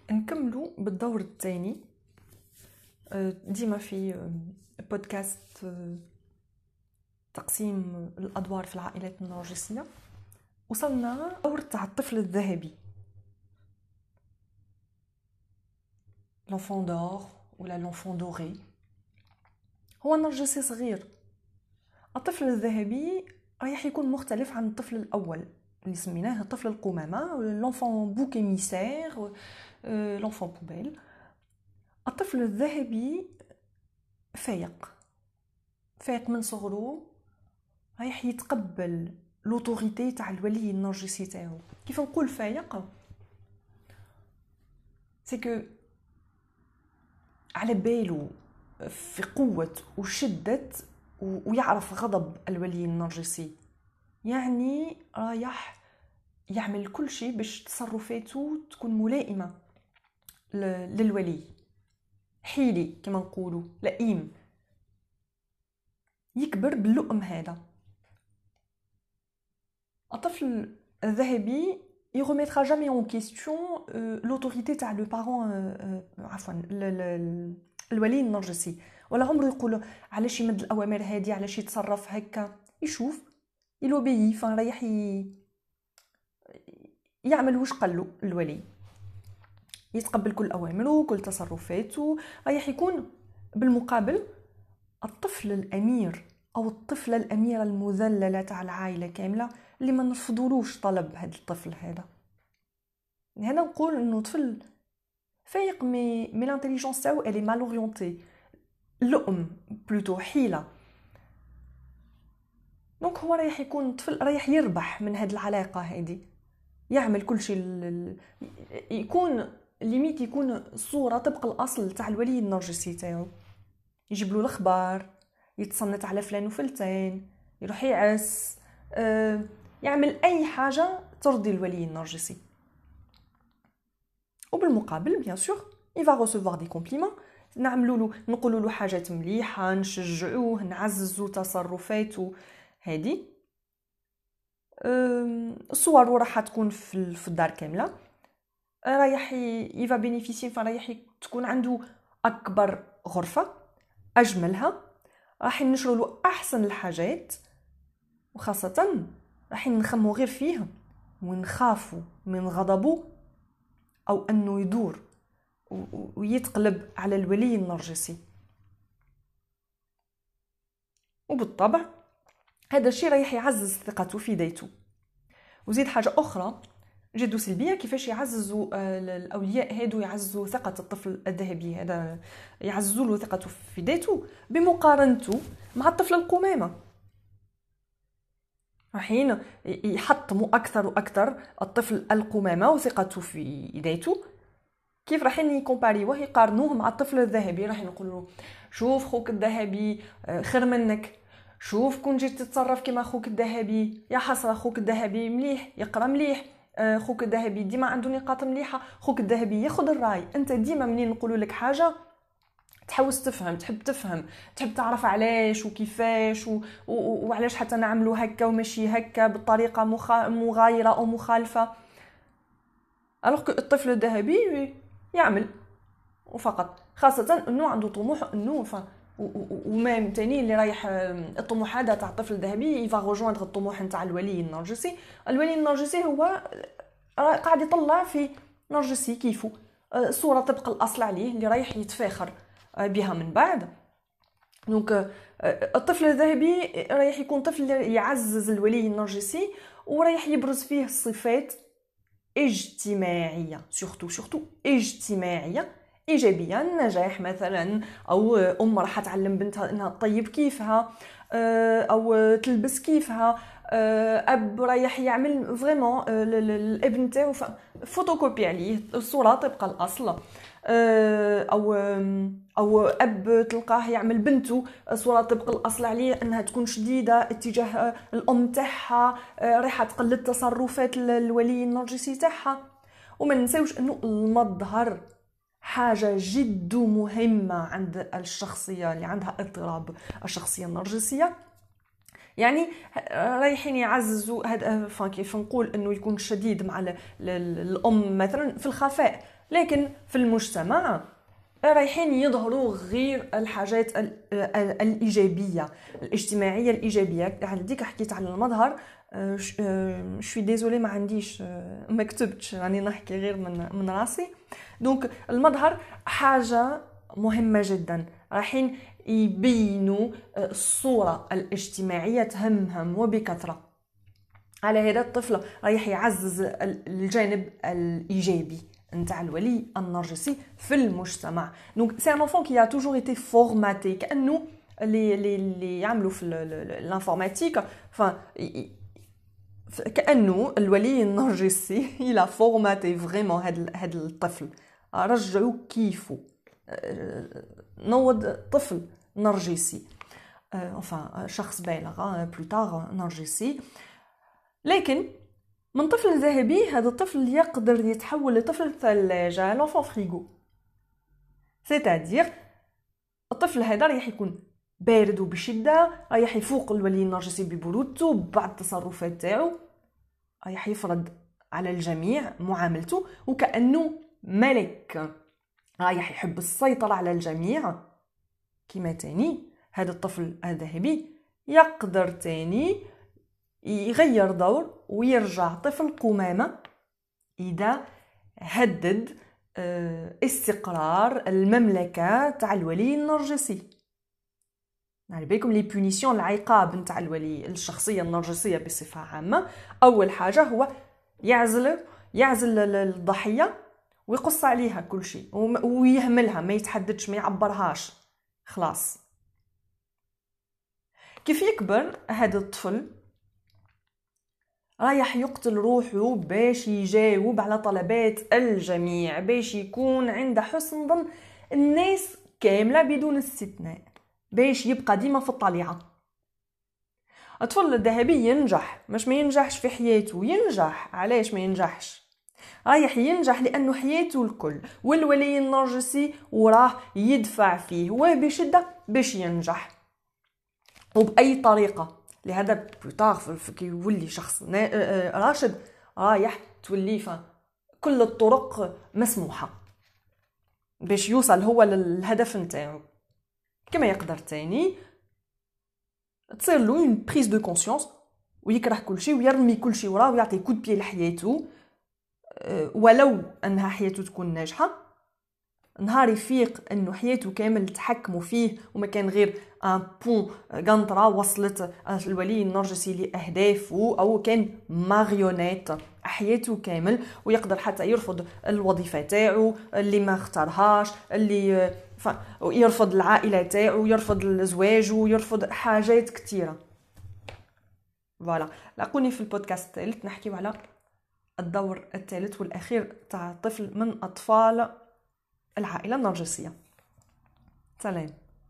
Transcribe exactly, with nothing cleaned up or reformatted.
نكملوا بالدور الثاني. ديما في بودكاست تقسيم الأدوار في العائلات النرجسية وصلنا دور تاع الطفل الذهبي، l'enfant d'or ولا l'enfant doré. هو نرجسي صغير. الطفل الذهبي رايح يكون مختلف عن الطفل الأول اللي سميناه الطفل القمامة، l'enfant bouc émissaire، l'enfant poubelle. الطفل الذهبي فايق فايق من صغره، رايح يتقبل لوتوريتي تاع الولي النرجسي تاعو. كيف نقول فايق؟ سي كو على بالو في قوة وشدة ويعرف غضب الولي النرجسي، يعني رايح يعمل كل شيء باش تصرفاته تكون ملائمة للولي، حيلي كما نقولوا لئيم، يكبر باللؤم هذا. الطفل الذهبي يغميترا جامي اون كيستيون لوتوريتي تاع لو بارون، عفوا الولي النرجسي، ولا عمره يقول علاش يمد الاوامر هذه، علاش يتصرف هكا. يشوف يلوبيي، فرايح يعمل واش قال له الولي، يتقبل كل اوامره كل تصرفاته، رايح يكون بالمقابل الطفل الامير او الطفله الاميره المذلله تاع العائله كامله، اللي ما نرفضولوش طلب هذا الطفل هذا. هنا نقول انه طفل فايق، مي مي لانتيليجونس تاعو الي مال اورينتي، لؤم بلوتو، حيله. دونك هو رايح يكون طفل رايح يربح من هذه العلاقه هذه، يعمل كل شيء ل... يكون ليميت، يكون صوره طبق الاصل تاع الولي النرجسي تاعو، يجيب له الاخبار، يتصنت على فلان وفلتان، يروح يعس، أه... يعمل اي حاجه ترضي الولي النرجسي. وبالمقابل بيان سور il va recevoir des compliments، نعملوا له نقولوا له حاجات مليحه، نشجعوه، نعززوا تصرفاته هذه. الصور راح تكون في الدار كامله، رايح il va bénéficier، فرايح تكون عنده اكبر غرفه اجملها، راح نشروا له احسن الحاجات، وخاصه راح نخمو غير فيه ونخافوا من غضبه او انه يدور ويتقلب على الولي النرجسي. وبالطبع هذا الشيء رايح يعزز ثقته في ذاته. وزيد حاجه اخرى جد سلبيه، كيفاش يعززوا الاولياء هادو يعززوا ثقه الطفل الذهبي هذا، يعززوا له ثقته في ذاته بمقارنته مع الطفل القمامه. رايحين يحطموا اكثر واكثر الطفل القمامه وثقته في ذاته. كيف رايحين يكومباريوه، يقارنوه مع الطفل الذهبي، راح نقولوا شوف خوك الذهبي خير منك، شوف كون جيت تتصرف كما خوك الذهبي، يا حسره خوك الذهبي مليح، يقرا مليح، خوك الذهبي ديما عنده نقاط مليحه، خوك الذهبي ياخذ الراي. انت ديما منين نقولوا لك حاجه تحوس تفهم، تحب تفهم، تحب تعرف علاش وكيفاش و... و... وعلاش حتى نعملوا هكا وماشي هكا بالطريقه مخ... مغايره او مخالفه. الوغ الطفل الذهبي يعمل وفقط، خاصه انه عنده طموح انه ف وما ثاني اللي رايح الطموح هذا تاع الطفل الذهبي يفا رجوندر الطموح نتاع الولي النرجسي. الولي النرجسي هو قاعد يطلع في نرجسي كيفو صوره طبق الاصل عليه اللي رايح يتفاخر بها من بعد. دونك الطفل الذهبي رايح يكون طفل يعزز الولي النرجسي ورايح يبرز فيه الصفات اجتماعيه، سورتو سورتو اجتماعيه ايجابيه، النجاح مثلا، او ام راح تعلم بنتها انها تطيب كيفها او تلبس كيفها، اب رايح يعمل فريمون الابن تاعو فوتوكوبي عليه الصوره طبق الاصل، او او اب تلقاه يعمل بنته صوره طبق الاصل عليه انها تكون شديده اتجاه الام تاعها، رايحه تقلد تصرفات الولي النرجسي تاعها. وما ننساوش انه المظهر حاجه جد مهمه عند الشخصيه اللي عندها اضطراب الشخصيه النرجسيه. يعني رايحين يعززوا هذا، كيف نقول انه يكون شديد مع الام مثلا في الخفاء، لكن في المجتمع رايحين يظهروا غير الحاجات الايجابيه الاجتماعيه الايجابيه. يعني ديك حكيت على المظهر، شوي ديزولي ما عنديش ما كتبتش، راني نحكي غير من من راسي. دونك المظهر حاجه مهمه جدا، رايحين يبينوا الصوره الاجتماعيه تهمهم وبكثره. على هذا الطفل رايح يعزز الجانب الايجابي نتاع الولي النرجسي في المجتمع. دونك سي ان انفون كي ا توجور ايتي فورماتي، كانه اللي اللي اللي يعملوا في الانفورماتيك، ف كانه الولي النرجسي الى فورماتي فريمون هذا هذا الطفل، رجعوا كيفو، نوض طفل نرجسي، enfin شخص بالغ بلوتار نرجسي. لكن من طفل ذهبي هذا الطفل يقدر يتحول لطفل ثلاجة، لونفون فريغو. سيتادير الطفل هذا راح يكون بارد وبشدة، راح يفوق الولي النرجسي ببرودته بعض التصرفات تاعو، راح يفرض على الجميع معاملته وكأنه ملك، راح يحب السيطرة على الجميع. كما تاني هذا الطفل الذهبي يقدر تاني يغير دور ويرجع طفل قمامة إذا هدد استقرار المملكة تاع الولي النرجسي. يعني بيكم لي بونيسيون، العقاب نتاع الولي الشخصية النرجسية بصفة عامة، أول حاجة هو يعزل يعزل الضحية ويقص عليها كل شيء ويهملها، ما يتحددش، ما يعبرهاش، خلاص. كيف يكبر هذا الطفل رايح يقتل روحه باش يجاوب على طلبات الجميع، باش يكون عند حسن ظن الناس كاملة بدون استثناء، باش يبقى ديما في الطليعة. الطفل الذهبي ينجح، مش ما ينجحش في حياته، ينجح. علاش ما ينجحش؟ رايح ينجح لأنه حياته الكل والولي النرجسي وراه يدفع فيه وبشدة باش ينجح وبأي طريقة. لهذا بلوتار كي يولي شخص راشد رايح تولي كل الطرق مسموحة باش يوصل هو للهدف نتاعو. كما يقدر تاني تصير له اون بريز دو كونسيونس ويكره كل شيء ويرمي كل شيء وراه ويعطي كود بي لحياته، ولو انها حياته تكون ناجحه. نهار يفيق انه حياته كامل تحكموا فيه وما كان غير ان بون قنطره وصلت الولي النرجسي لاهدافه، او كان ماريونيت حياته كامل، ويقدر حتى يرفض الوظيفه تاعو اللي ما اختارهاش، اللي ف... يرفض العائله تاعو، يرفض الزواج، ويرفض حاجات كثيره. فوالا، لاقوني في البودكاست الثالث نحكيو على الدور الثالث والاخير تاع طفل من اطفال العائله النرجسيه. سلام.